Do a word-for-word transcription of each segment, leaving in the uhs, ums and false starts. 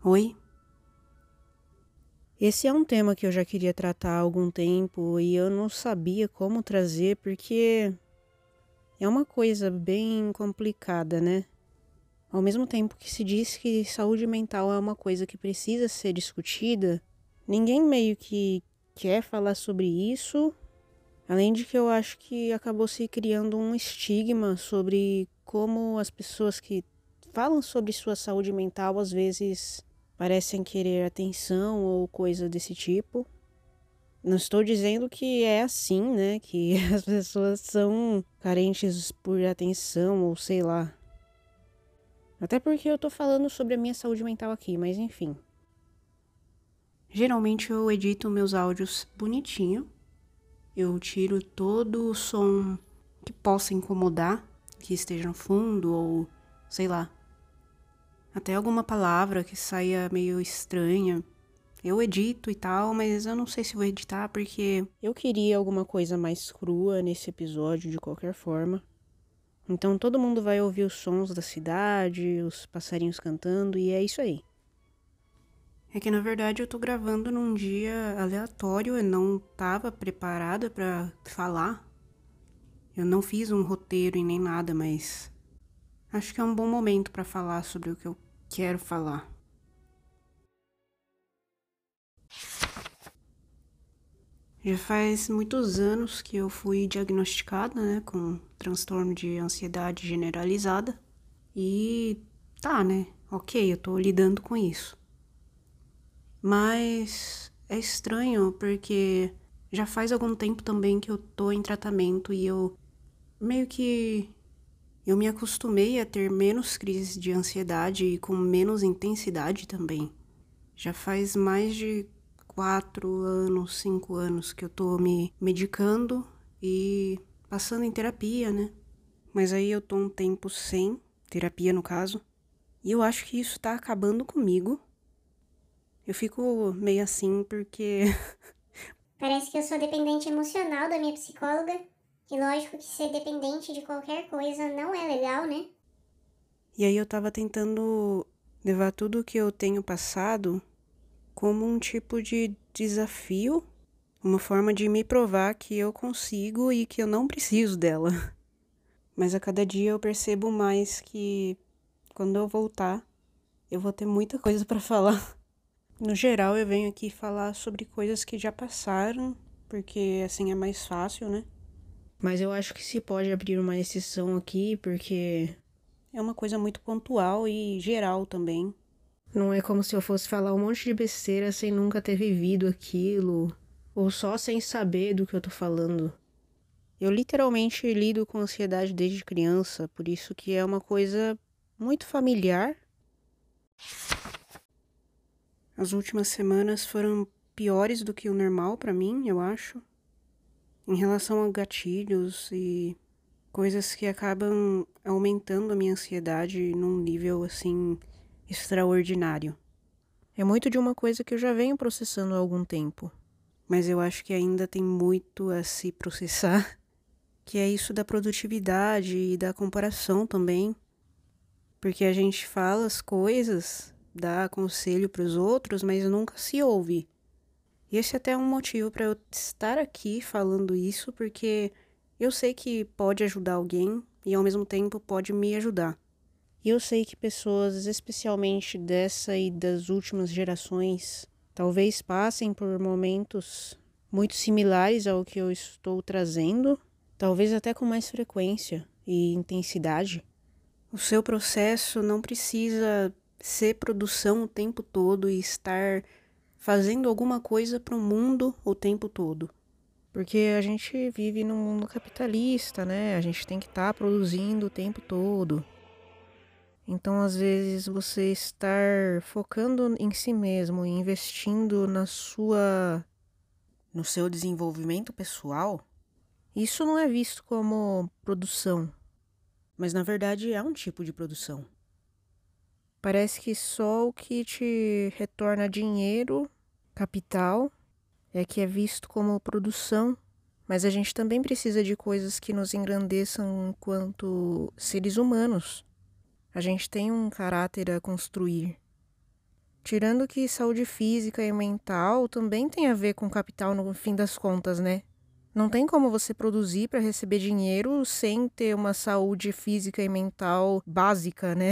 Oi? Esse é um tema que eu já queria tratar há algum tempo e eu não sabia como trazer porque é uma coisa bem complicada, né? Ao mesmo tempo que se diz que saúde mental é uma coisa que precisa ser discutida, ninguém meio que quer falar sobre isso, além de que eu acho que acabou se criando um estigma sobre como as pessoas que falam sobre sua saúde mental às vezes parecem querer atenção ou coisa desse tipo. Não estou dizendo que é assim, né? Que as pessoas são carentes por atenção ou sei lá. Até porque eu tô falando sobre a minha saúde mental aqui, mas enfim. Geralmente eu edito meus áudios bonitinho. Eu tiro todo o som que possa incomodar, que esteja no fundo ou sei lá. Até alguma palavra que saia meio estranha. Eu edito e tal, mas eu não sei se vou editar porque eu queria alguma coisa mais crua nesse episódio de qualquer forma. Então todo mundo vai ouvir os sons da cidade, os passarinhos cantando e é isso aí. É que na verdade eu tô gravando num dia aleatório, eu não tava preparada pra falar. Eu não fiz um roteiro e nem nada, mas acho que é um bom momento pra falar sobre o que eu quero falar. Já faz muitos anos que eu fui diagnosticada, né, com transtorno de ansiedade generalizada. E tá, né, ok, eu tô lidando com isso. Mas é estranho porque já faz algum tempo também que eu tô em tratamento e eu meio que eu me acostumei a ter menos crises de ansiedade e com menos intensidade também. Já faz mais de quatro anos, cinco anos que eu tô me medicando e passando em terapia, né? Mas aí eu tô um tempo sem terapia, no caso, e eu acho que isso tá acabando comigo. Eu fico meio assim porque Parece que eu sou dependente emocional da minha psicóloga. E lógico que ser dependente de qualquer coisa não é legal, né? E aí eu tava tentando levar tudo o que eu tenho passado como um tipo de desafio, uma forma de me provar que eu consigo e que eu não preciso dela. Mas a cada dia eu percebo mais que quando eu voltar, eu vou ter muita coisa pra falar. No geral, eu venho aqui falar sobre coisas que já passaram, porque assim é mais fácil, né? Mas eu acho que se pode abrir uma exceção aqui, porque é uma coisa muito pontual e geral também. Não é como se eu fosse falar um monte de besteira sem nunca ter vivido aquilo, ou só sem saber do que eu tô falando. Eu literalmente lido com ansiedade desde criança, por isso que é uma coisa muito familiar. As últimas semanas foram piores do que o normal pra mim, eu acho, em relação a gatilhos e coisas que acabam aumentando a minha ansiedade num nível assim extraordinário. É muito de uma coisa que eu já venho processando há algum tempo, mas eu acho que ainda tem muito a se processar, que é isso da produtividade e da comparação também, porque a gente fala as coisas, dá conselho para os outros, mas nunca se ouve. E esse até é um motivo para eu estar aqui falando isso, porque eu sei que pode ajudar alguém e ao mesmo tempo pode me ajudar. E eu sei que pessoas, especialmente dessa e das últimas gerações, talvez passem por momentos muito similares ao que eu estou trazendo, talvez até com mais frequência e intensidade. O seu processo não precisa ser produção o tempo todo e estar fazendo alguma coisa para o mundo o tempo todo. Porque a gente vive num mundo capitalista, né? A gente tem que estar produzindo o tempo todo. Então, às vezes, você estar focando em si mesmo e investindo na sua, no seu desenvolvimento pessoal, isso não é visto como produção, mas na verdade é um tipo de produção. Parece que só o que te retorna dinheiro, capital, é que é visto como produção, mas a gente também precisa de coisas que nos engrandeçam enquanto seres humanos. A gente tem um caráter a construir. Tirando que saúde física e mental também tem a ver com capital no fim das contas, né? Não tem como você produzir para receber dinheiro sem ter uma saúde física e mental básica, né?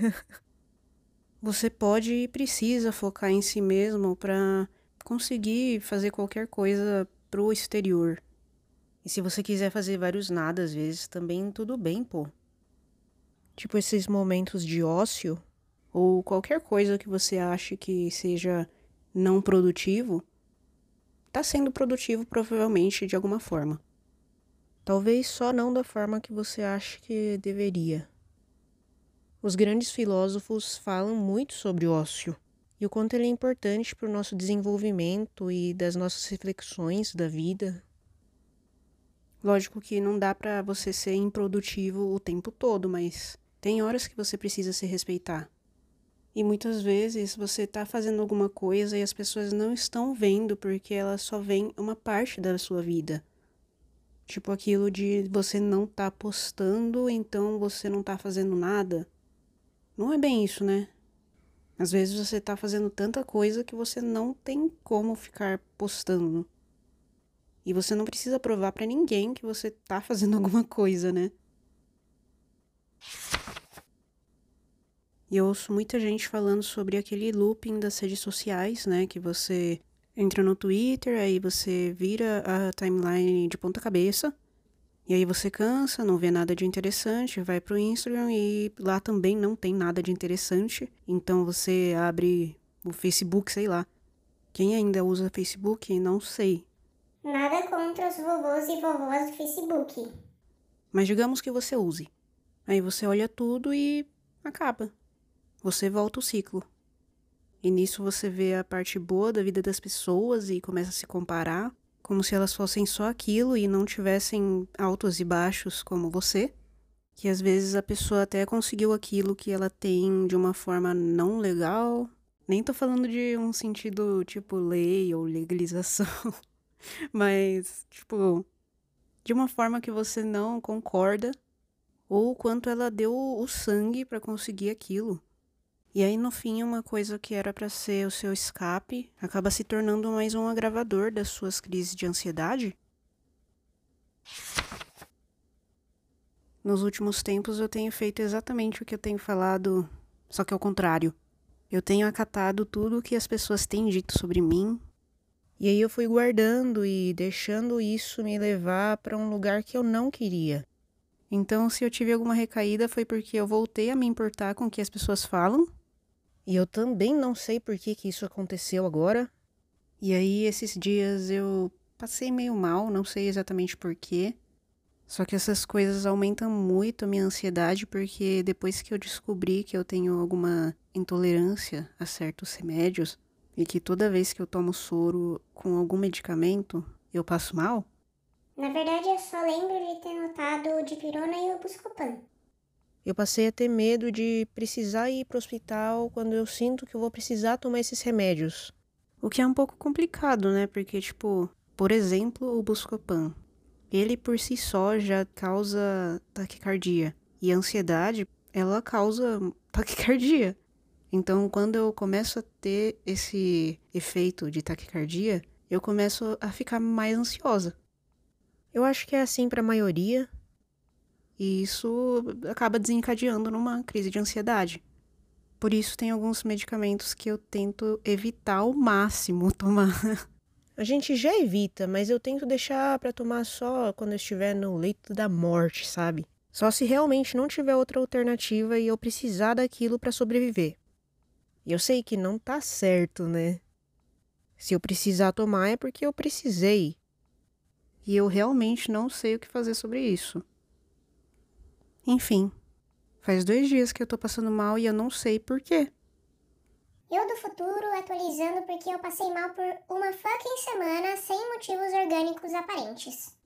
Você pode e precisa focar em si mesmo para conseguir fazer qualquer coisa pro exterior. E se você quiser fazer vários nada, às vezes, também tudo bem, pô. Tipo esses momentos de ócio, ou qualquer coisa que você ache que seja não produtivo, tá sendo produtivo provavelmente de alguma forma. Talvez só não da forma que você acha que deveria. Os grandes filósofos falam muito sobre o ócio e o quanto ele é importante para o nosso desenvolvimento e das nossas reflexões da vida. Lógico que não dá pra você ser improdutivo o tempo todo, mas tem horas que você precisa se respeitar. E muitas vezes você tá fazendo alguma coisa e as pessoas não estão vendo porque elas só veem uma parte da sua vida. Tipo aquilo de você não tá postando, então você não tá fazendo nada. Não é bem isso, né? Às vezes você tá fazendo tanta coisa que você não tem como ficar postando. E você não precisa provar pra ninguém que você tá fazendo alguma coisa, né? E eu ouço muita gente falando sobre aquele looping das redes sociais, né? Que você entra no Twitter, aí você vira a timeline de ponta cabeça. E aí você cansa, não vê nada de interessante, vai pro Instagram e lá também não tem nada de interessante. Então você abre o Facebook, sei lá. Quem ainda usa Facebook, não sei. Nada contra os vovôs e vovós do Facebook. Mas digamos que você use. Aí você olha tudo e acaba. Você volta o ciclo. E nisso você vê a parte boa da vida das pessoas e começa a se comparar, como se elas fossem só aquilo e não tivessem altos e baixos como você. Que às vezes a pessoa até conseguiu aquilo que ela tem de uma forma não legal. Nem tô falando de um sentido tipo lei ou legalização, mas tipo, de uma forma que você não concorda, ou o quanto ela deu o sangue pra conseguir aquilo. E aí no fim uma coisa que era pra ser o seu escape acaba se tornando mais um agravador das suas crises de ansiedade. Nos últimos tempos eu tenho feito exatamente o que eu tenho falado, só que ao contrário. Eu tenho acatado tudo o que as pessoas têm dito sobre mim, e aí eu fui guardando e deixando isso me levar para um lugar que eu não queria. Então, se eu tive alguma recaída foi porque eu voltei a me importar com o que as pessoas falam, e eu também não sei por que que isso aconteceu agora. E aí, esses dias eu passei meio mal, não sei exatamente por quê. Só que essas coisas aumentam muito a minha ansiedade, porque depois que eu descobri que eu tenho alguma intolerância a certos remédios, e que toda vez que eu tomo soro com algum medicamento, eu passo mal. Na verdade, eu só lembro de ter notado o dipirona e o Buscopan. Eu passei a ter medo de precisar ir pro hospital quando eu sinto que eu vou precisar tomar esses remédios. O que é um pouco complicado, né? Porque, tipo, por exemplo, o Buscopan. Ele por si só já causa taquicardia. E a ansiedade, ela causa taquicardia. Então, quando eu começo a ter esse efeito de taquicardia, eu começo a ficar mais ansiosa. Eu acho que é assim pra maioria. E isso acaba desencadeando numa crise de ansiedade. Por isso tem alguns medicamentos que eu tento evitar ao máximo tomar. A gente já evita, mas eu tento deixar pra tomar só quando eu estiver no leito da morte, sabe? Só se realmente não tiver outra alternativa e eu precisar daquilo pra sobreviver. E eu sei que não tá certo, né? Se eu precisar tomar é porque eu precisei. E eu realmente não sei o que fazer sobre isso. Enfim, faz dois dias que eu tô passando mal e eu não sei por quê. Eu do futuro atualizando porque eu passei mal por uma fucking semana sem motivos orgânicos aparentes.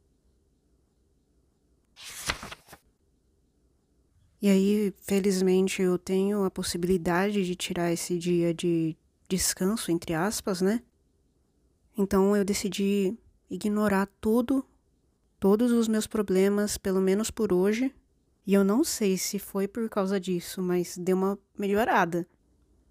E aí, felizmente, eu tenho a possibilidade de tirar esse dia de descanso, entre aspas, né? Então eu decidi ignorar tudo, todos os meus problemas, pelo menos por hoje. E eu não sei se foi por causa disso, mas deu uma melhorada.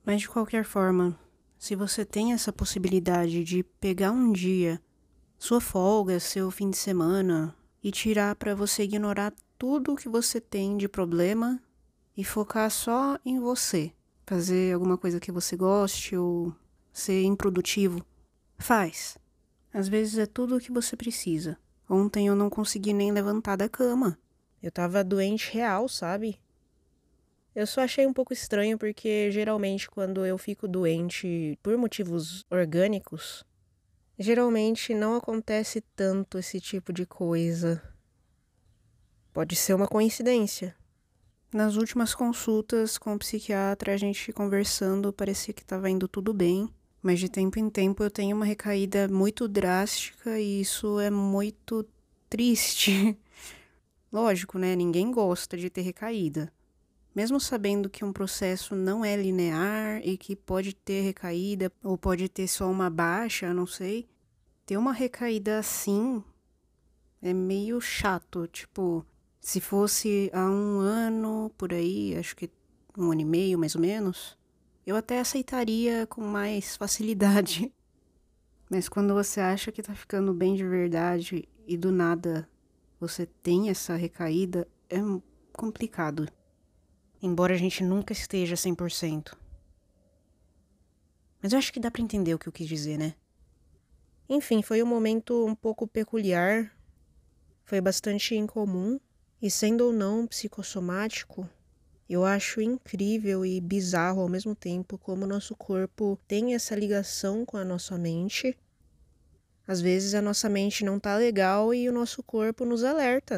Mas de qualquer forma, se você tem essa possibilidade de pegar um dia, sua folga, seu fim de semana, e tirar para você ignorar tudo o que você tem de problema e focar só em você, fazer alguma coisa que você goste ou ser improdutivo, faz. Às vezes é tudo o que você precisa. Ontem eu não consegui nem levantar da cama. Eu tava doente real, sabe? Eu só achei um pouco estranho porque geralmente quando eu fico doente por motivos orgânicos, geralmente não acontece tanto esse tipo de coisa. Pode ser uma coincidência. Nas últimas consultas com o psiquiatra, a gente conversando, parecia que estava indo tudo bem. Mas de tempo em tempo eu tenho uma recaída muito drástica e isso é muito triste. Lógico, né? Ninguém gosta de ter recaída. Mesmo sabendo que um processo não é linear e que pode ter recaída ou pode ter só uma baixa, não sei. Ter uma recaída assim é meio chato. Tipo, se fosse há um ano, por aí, acho que um ano e meio mais ou menos, eu até aceitaria com mais facilidade. Mas quando você acha que tá ficando bem de verdade e do nada você tem essa recaída, é complicado. Embora a gente nunca esteja cem por cento. Mas eu acho que dá pra entender o que eu quis dizer, né? Enfim, foi um momento um pouco peculiar, foi bastante incomum, e sendo ou não psicossomático, eu acho incrível e bizarro ao mesmo tempo como o nosso corpo tem essa ligação com a nossa mente. Às vezes a nossa mente não tá legal e o nosso corpo nos alerta.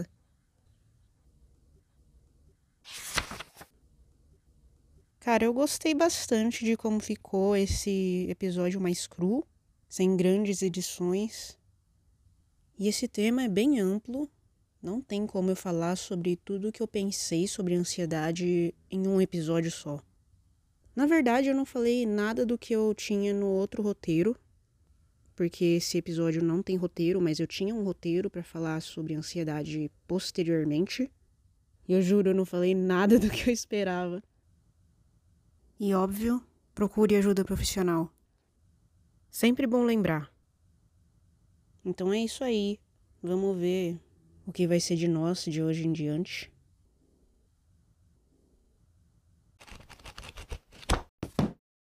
Cara, eu gostei bastante de como ficou esse episódio mais cru, sem grandes edições. E esse tema é bem amplo, não tem como eu falar sobre tudo o que eu pensei sobre ansiedade em um episódio só. Na verdade, eu não falei nada do que eu tinha no outro roteiro, porque esse episódio não tem roteiro, mas eu tinha um roteiro para falar sobre ansiedade posteriormente. E eu juro, eu não falei nada do que eu esperava. E óbvio, procure ajuda profissional. Sempre bom lembrar. Então é isso aí. Vamos ver o que vai ser de nós de hoje em diante.